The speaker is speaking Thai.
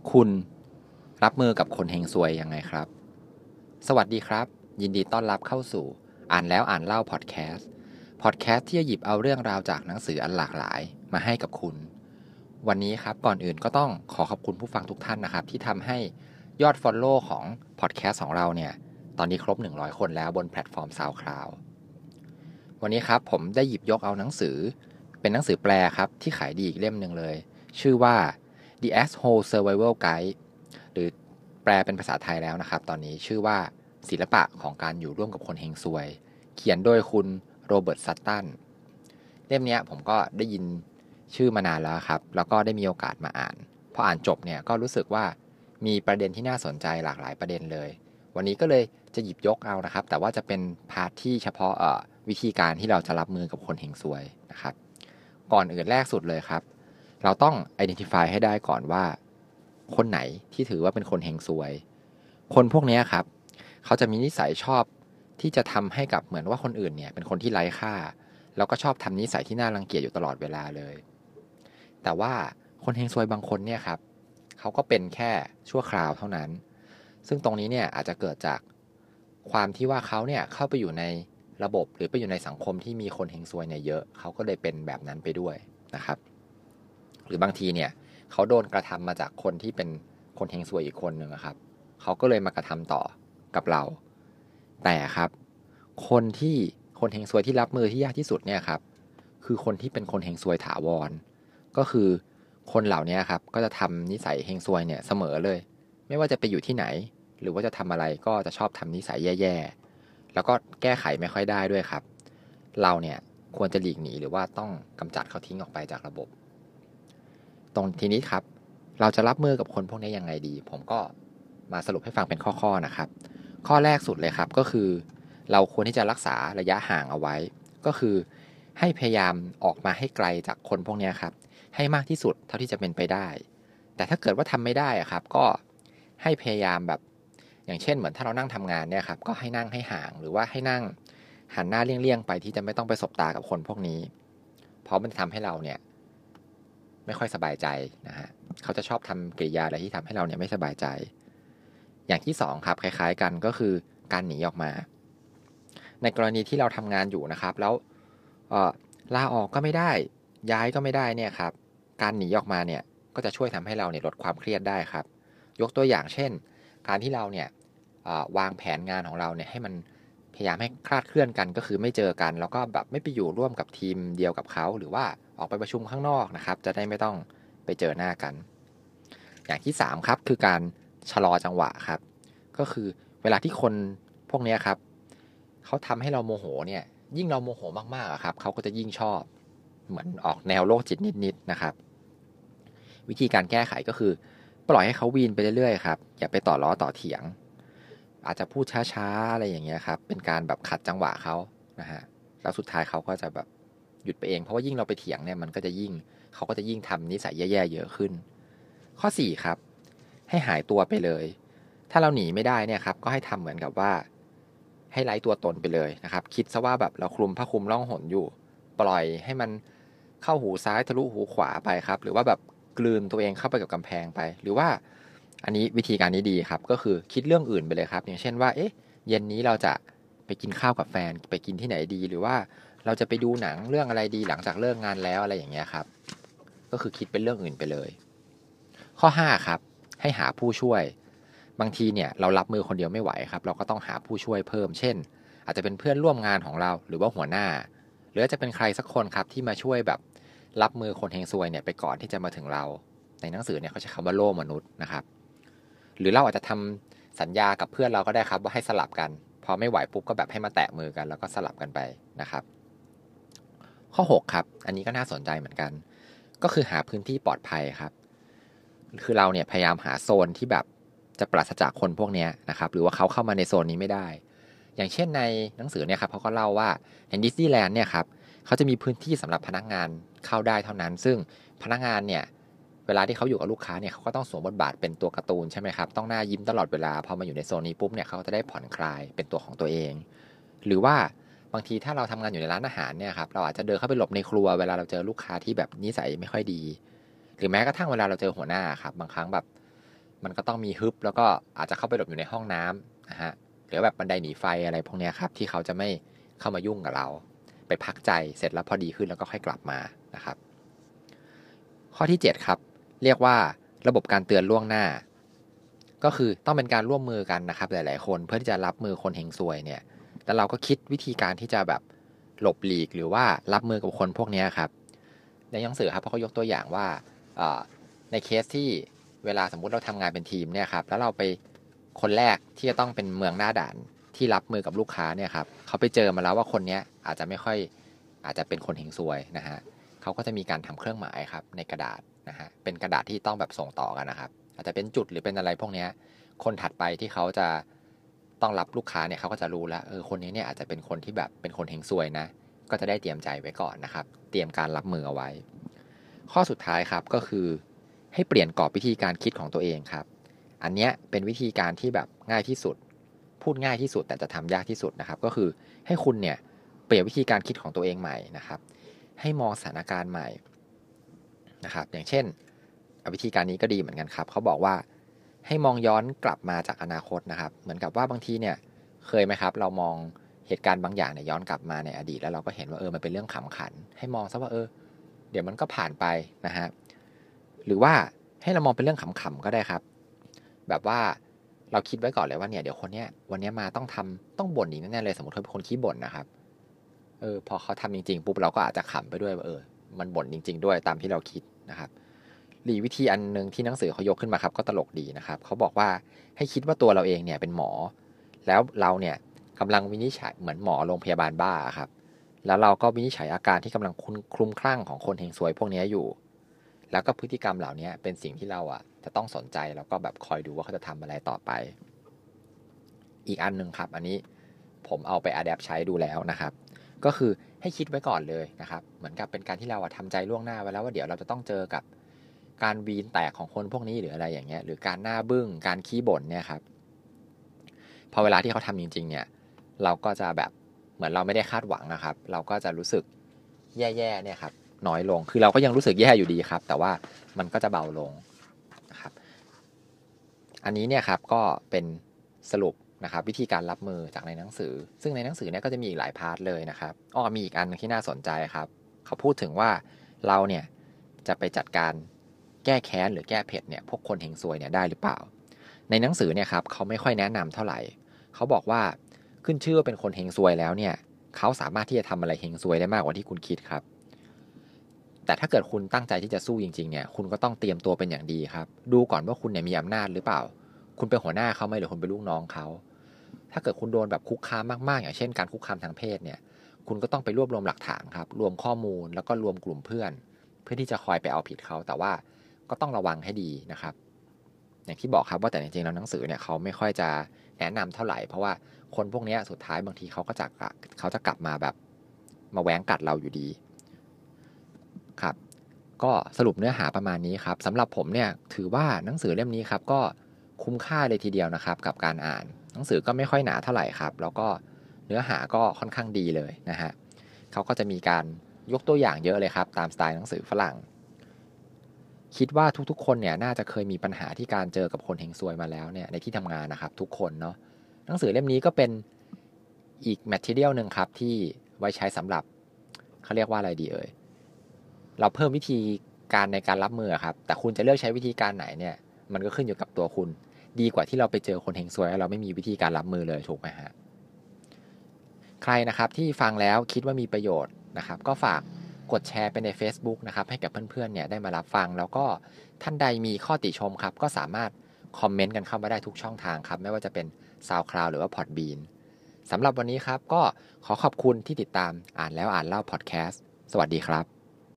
คุณรับมือกับคนเฮงซวยยังไงครับสวัสดีครับยินดีต้อนรับเข้าสู่อ่านแล้วอ่านเล่าพอดแคสต์ที่จะหยิบเอาเรื่องราวจากหนังสืออันหลากหลายมาให้กับคุณวันนี้ครับก่อนอื่นก็ต้องขอขอบคุณผู้ฟังทุกท่านนะครับที่ทำให้ยอด Follow ของพอดแคสต์ของเราเนี่ยตอนนี้ครบ100คนแล้วบนแพลตฟอร์ม SoundCloud วันนี้ครับผมได้หยิบยกเอาหนังสือเป็นหนังสือแปลครับที่ขายดีอีกเล่มหนึ่งเลยชื่อว่า The Asshole Survival Guide หรือแปลเป็นภาษาไทยแล้วนะครับตอนนี้ชื่อว่าศิลปะของการอยู่ร่วมกับคนเฮงซวยเขียนโดยคุณโรเบิร์ตซัตตันเล่มนี้ผมก็ได้ยินชื่อมานานแล้วครับแล้วก็ได้มีโอกาสมาอ่านพออ่านจบเนี่ยก็รู้สึกว่ามีประเด็นที่น่าสนใจหลากหลายประเด็นเลยวันนี้ก็เลยจะหยิบยกเอานะครับแต่ว่าจะเป็นพาร์ทที่เฉพาะวิธีการที่เราจะรับมือกับคนเฮงซวยนะครับก่อนอื่นแรกสุดเลยครับเราต้อง identify ให้ได้ก่อนว่าคนไหนที่ถือว่าเป็นคนเฮงซวยคนพวกนี้ครับเขาจะมีนิสัยชอบที่จะทำให้กับเหมือนว่าคนอื่นเนี่ยเป็นคนที่ไร้ค่าแล้วก็ชอบทำนิสัยที่น่ารังเกียจอยู่ตลอดเวลาเลยแต่ว่าคนเฮงซวยบางคนเนี่ยครับเขาก็เป็นแค่ชั่วคราวเท่านั้นซึ่งตรงนี้เนี่ยอาจจะเกิดจากความที่ว่าเขาเนี่ยเข้าไปอยู่ในระบบหรือไปอยู่ในสังคมที่มีคนเฮงซวยเนี่ยเยอะเขาก็เลยเป็นแบบนั้นไปด้วยนะครับหรือบางทีเนี่ยเขาโดนกระทำมาจากคนที่เป็นคนเฮงซวยอีกคนหนึ่งครับเขาก็เลยมากระทำต่อกับเราแต่ครับคนที่คนเฮงซวยที่รับมือที่ยากที่สุดเนี่ยครับคือคนที่เป็นคนเฮงซวยถาวรก็คือคนเหล่านี้ครับก็จะทำนิสัยเฮงซวยเนี่ยเสมอเลยไม่ว่าจะไปอยู่ที่ไหนหรือว่าจะทำอะไรก็จะชอบทำนิสัยแย่ๆแล้วก็แก้ไขไม่ค่อยได้ด้วยครับเราเนี่ยควรจะหลีกหนีหรือว่าต้องกำจัดเขาทิ้งออกไปจากระบบตรงทีนี้ครับเราจะรับมือกับคนพวกนี้ยังไงดีผมก็มาสรุปให้ฟังเป็นข้อๆนะครับข้อแรกสุดเลยครับก็คือเราควรที่จะรักษาระยะห่างเอาไว้ก็คือให้พยายามออกมาให้ไกลจากคนพวกนี้ครับให้มากที่สุดเท่าที่จะเป็นไปได้แต่ถ้าเกิดว่าทำไม่ได้ครับก็ให้พยายามแบบอย่างเช่นเหมือนถ้าเรานั่งทำงานเนี่ยครับก็ให้นั่งให้ห่างหรือว่าให้นั่งหันหน้าเลี่ยงๆไปที่จะไม่ต้องไปสบตากับคนพวกนี้เพราะมันทำให้เราเนี่ยไม่ค่อยสบายใจนะฮะเขาจะชอบทำกริยาอะไรที่ทำให้เราเนี่ยไม่สบายใจอย่างที่สองครับคล้ายๆกันก็คือการหนีออกมาในกรณีที่เราทำงานอยู่นะครับแล้วลาออกก็ไม่ได้ย้ายก็ไม่ได้เนี่ยครับการหนีออกมาเนี่ยก็จะช่วยทำให้เราเนี่ยลดความเครียดได้ครับยกตัวอย่างเช่นการที่เราเนี่ยวางแผนงานของเราเนี่ยให้มันพยายามให้คลาดเคลื่อนกันก็คือไม่เจอกันแล้วก็แบบไม่ไปอยู่ร่วมกับทีมเดียวกับเขาหรือว่าออกไปประชุมข้างนอกนะครับจะได้ไม่ต้องไปเจอหน้ากันอย่างที่3ครับคือการชะลอจังหวะครับก็คือเวลาที่คนพวกนี้ครับเขาทำให้เราโมโหเนี่ยยิ่งเราโมโหมากๆครับเขาก็จะยิ่งชอบเหมือนออกแนวโรคจิตนิดๆนะครับวิธีการแก้ไขก็คือปล่อยให้เขาวีนไปเรื่อยๆครับอย่าไปต่อล้อต่อเถียง อาจจะพูดช้าๆอะไรอย่างเงี้ยครับเป็นการแบบขัดจังหวะเขานะฮะแล้วสุดท้ายเขาก็จะแบบหยุดไปเองเพราะว่ายิ่งเราไปเถียงเนี่ยมันก็จะยิ่งเขาก็จะยิ่งทำนิสัยแย่ๆเยอะขึ้นข้อ4ครับให้หายตัวไปเลยถ้าเราหนีไม่ได้เนี่ยครับก็ให้ทำเหมือนกับว่าให้ไร้ตัวตนไปเลยนะครับคิดซะว่าแบบเราคลุมผ้าคลุมล่องหนอยู่ปล่อยให้มันเข้าหูซ้ายทะลุหูขวาไปครับหรือว่าแบบกลืนตัวเองเข้าไปกับกำแพงไปหรือว่า อันนี้วิธีการนี้ดีครับก็คือคิดเรื่องอื่นไปเลยครับอย่างเช่นว่าเอ๊ะเย็นนี้เราจะไปกินข้าวกับแฟนไปกินที่ไหนดีหรือว่าเราจะไปดูหนังเรื่องอะไรดีหลังจากเลิกงานแล้วอะไรอย่างเงี้ยครับก็คือคิดเป็นเรื่องอื่นไปเลยข้อ5ครับให้หาผู้ช่วยบางทีเนี่ยเรารับมือคนเดียวไม่ไหวครับเราก็ต้องหาผู้ช่วยเพิ่มเช่นอาจจะเป็นเพื่อนร่วมงานของเราหรือว่าหัวหน้าหรือจะเป็นใครสักคนครับที่มาช่วยแบบรับมือคนเฮงซวยเนี่ยไปก่อนที่จะมาถึงเราในหนังสือเนี่ยเขาใช้คำว่าโล่มนุษย์นะครับ หรือเราอาจจะทำสัญญากับเพื่อนเราก็ได้ครับว่าให้สลับกันพอไม่ไหวปุ๊บก็แบบให้มาแตะมือกันแล้วก็สลับกันไปนะครับข้อ6ครับอันนี้ก็น่าสนใจเหมือนกันก็คือหาพื้นที่ปลอดภัยครับคือเราเนี่ยพยายามหาโซนที่แบบจะปราศจากคนพวกนี้นะครับหรือว่าเขาเข้ามาในโซนนี้ไม่ได้อย่างเช่นในหนังสือเนี่ยครับเขาก็เล่าว่าในดิสนีย์แลนด์เนี่ยครับเขาจะมีพื้นที่สำหรับพนักงานเข้าได้เท่านั้นซึ่งพนักงานเนี่ย เวลาที่เขาอยู่กับลูกค้าเนี่ยเขาก็ต้องสวมบทบาทเป็นตัวการ์ตูนใช่ไหมครับต้องหน้ายิ้มตลอดเวลาพอมาอยู่ในโซนนี้ปุ๊บเนี่ยเขาจะได้ผ่อนคลายเป็นตัวของตัวเองหรือว่าบางทีถ้าเราทำงานอยู่ในร้านอาหารเนี่ยครับเราอาจจะเดินเข้าไปหลบในครัวเวลาเราเจอลูกค้าที่แบบนิสัยไม่ค่อยดีหรือแม้กระทั่งเวลาเราเจอหัวหน้าครับบางครั้งแบบมันก็ต้องมีฮึบแล้วก็อาจจะเข้าไปหลบอยู่ในห้องน้ำนะฮะหรือแบบบันไดหนีไฟอะไรพวกนี้ครับที่เขาจะไม่เข้ามายุ่งกับเราไปพักใจเสร็จแล้วพอดีขึ้นแล้วก็ค่อยกลับมานะครับข้อที่7ครับเรียกว่าระบบการเตือนล่วงหน้าก็คือต้องเป็นการร่วมมือกันนะครับหลายๆคนเพื่อที่จะรับมือคนเฮงซวยเนี่ยแล้วเราก็คิดวิธีการที่จะแบบหลบหลีกหรือว่ารับมือกับคนพวกนี้ครับในหนังสือครับเขาก็ยกตัวอย่างว่าในเคสที่เวลาสมมุติเราทำงานเป็นทีมเนี่ยครับแล้วเราไปคนแรกที่จะต้องเป็นเมืองหน้าด่านที่รับมือกับลูกค้าเนี่ยครับเขาไปเจอมาแล้วว่าคนนี้อาจจะไม่ค่อยอาจจะเป็นคนเฮงซวยนะฮะเขาก็จะมีการทำเครื่องหมายครับในกระดาษนะฮะเป็นกระดาษที่ต้องแบบส่งต่อกันนะครับอาจจะเป็นจุดหรือเป็นอะไรพวกนี้คนถัดไปที่เขาจะต้องรับลูกค้าเนี่ยเขาก็จะรู้แล้วคนนี้เนี่ยอาจจะเป็นคนที่แบบเป็นคนเฮงซวยนะก็จะได้เตรียมใจไว้ก่อนนะครับเตรียมการรับมือเอาไว้ข้อสุดท้ายครับก็คือให้เปลี่ยนกรอบวิธีการคิดของตัวเองครับอันนี้เป็นวิธีการที่แบบง่ายที่สุดพูดง่ายที่สุดแต่จะทำยากที่สุดนะครับก็คือให้คุณเนี่ยเปลี่ยนวิธีการคิดของตัวเองใหม่นะครับให้มองสถานการณ์ใหม่นะครับอย่างเช่นวิธีการนี้ก็ดีเหมือนกันครับเขาบอกว่าให้มองย้อนกลับมาจากอนาคตนะครับเหมือนกับว่าบางทีเนี่ยเคยไหมครับเรามองเหตุการณ์บางอย่างเนี่ยย้อนกลับมาในอดีตแล้วเราก็เห็นว่ามันเป็นเรื่องขำขันให้มองซะว่าเดี๋ยวมันก็ผ่านไปนะฮะหรือว่าให้เรามองเป็นเรื่องขำๆก็ได้ครับแบบว่าเราคิดไว้ก่อนเลยว่าเนี่ยเดี๋ยวคนเนี้ยวันนี้มาต้องบ่นอีกแน่ๆเลยสมมติเขาเป็นคนขี้บ่นนะครับพอเขาทำจริงๆปุ๊บเราก็อาจจะขำไปด้วยว่ามันบ่นจริงๆด้วยตามที่เราคิดนะครับหรือวิธีอันนึงที่หนังสือเขายกขึ้นมาครับก็ตลกดีนะครับเขาบอกว่าให้คิดว่าตัวเราเองเนี่ยเป็นหมอแล้วเราเนี่ยกำลังวินิจฉัยเหมือนหมอโรงพยาบาลบ้าครับแล้วเราก็วินิจฉัยอาการที่กำลังคลุ้มคลั่งของคนเฮงซวยพวกนี้อยู่แล้วก็พฤติกรรมเหล่านี้เป็นสิ่งที่เราจะต้องสนใจแล้วก็แบบคอยดูว่าเขาจะทำอะไรต่อไปอีกอันนึงครับอันนี้ผมเอาไปอะแดปใช้ดูแล้วนะครับก็คือให้คิดไว้ก่อนเลยนะครับเหมือนกับเป็นการที่เราทำใจล่วงหน้าไว้แล้วว่าเดี๋ยวเราจะต้องเจอกับการวีนแตกของคนพวกนี้หรืออะไรอย่างเงี้ยหรือการหน้าบึ้งการขี้บ่นเนี่ยครับพอเวลาที่เขาทำจริงๆเนี่ยเราก็จะแบบเหมือนเราไม่ได้คาดหวังนะครับเราก็จะรู้สึกแย่ๆเนี่ยครับน้อยลงคือเราก็ยังรู้สึกแย่อยู่ดีครับแต่ว่ามันก็จะเบาลงนะครับอันนี้เนี่ยครับก็เป็นสรุปนะครับวิธีการรับมือจากในหนังสือซึ่งในหนังสือเนี่ยก็จะมีอีกหลายพาร์ทเลยนะครับมีอีกอันที่น่าสนใจครับเขาพูดถึงว่าเราเนี่ยจะไปจัดการแก้แค้นหรือแก้เผ็ดเนี่ยพวกคนเฮงซวยเนี่ยได้หรือเปล่าในหนังสือเนี่ยครับเขาไม่ค่อยแนะนำเท่าไหร่เขาบอกว่าขึ้นชื่อว่าเป็นคนเฮงซวยแล้วเนี่ยเขาสามารถที่จะทำอะไรเฮงซวยได้มากกว่าที่คุณคิดครับแต่ถ้าเกิดคุณตั้งใจที่จะสู้จริงๆเนี่ยคุณก็ต้องเตรียมตัวเป็นอย่างดีครับดูก่อนว่าคุณเนี่ยมีอำนาจหรือเปล่าคุณเป็นหัวหน้าเขาไหมหรือคุณเป็นลูกน้องเขาถ้าเกิดคุณโดนแบบคุกคามมากๆอย่างเช่นการคุกคามทางเพศเนี่ยคุณก็ต้องไปรวบรวมหลักฐานครับรวมข้อมูลแล้วก็รวมกลุ่มเพื่อนเพื่อที่จะคอยไปเอาผิดเขาแต่ว่าก็ต้องระวังให้ดีนะครับอย่างที่บอกครับว่าแต่จริงๆแล้วหนังสือเนี่ยเขาไม่ค่อยจะแนะนำเท่าไหร่เพราะว่าคนพวกนี้สุดท้ายบางทีเขาจะกลับมาแบบมาแหวงกัดเราอยู่ดีครับก็สรุปเนื้อหาประมาณนี้ครับสำหรับผมเนี่ยถือว่าหนังสือเล่มนี้ครับก็คุ้มค่าเลยทีเดียวนะครับกับการอ่านหนังสือก็ไม่ค่อยหนาเท่าไหร่ครับแล้วก็เนื้อหาก็ค่อนข้างดีเลยนะฮะเขาก็จะมีการยกตัวอย่างเยอะเลยครับตามสไตล์หนังสือฝรั่งคิดว่าทุกๆคนเนี่ยน่าจะเคยมีปัญหาที่การเจอกับคนเฮงซวยมาแล้วเนี่ยในที่ทำงานนะครับทุกคนเนาะหนังสือเล่มนี้ก็เป็นอีกแมททีเรียลหนึ่งครับที่ไว้ใช้สำหรับเขาเรียกว่าอะไรดีเราเพิ่มวิธีการในการรับมือครับแต่คุณจะเลือกใช้วิธีการไหนเนี่ยมันก็ขึ้นอยู่กับตัวคุณดีกว่าที่เราไปเจอคนเฮงซวยแล้วเราไม่มีวิธีการรับมือเลยถูกไหมฮะใครนะครับที่ฟังแล้วคิดว่ามีประโยชน์นะครับก็ฝากกดแชร์ไปใน Facebook นะครับให้กับเพื่อนๆเนี่ยได้มารับฟังแล้วก็ท่านใดมีข้อติชมครับก็สามารถคอมเมนต์กันเข้ามาได้ทุกช่องทางครับไม่ว่าจะเป็น SoundCloud หรือว่า Podbean สำหรับวันนี้ครับก็ขอขอบคุณที่ติดตามอ่านแล้วอ่านเล่าพอดแคสต์สวัสดีครับ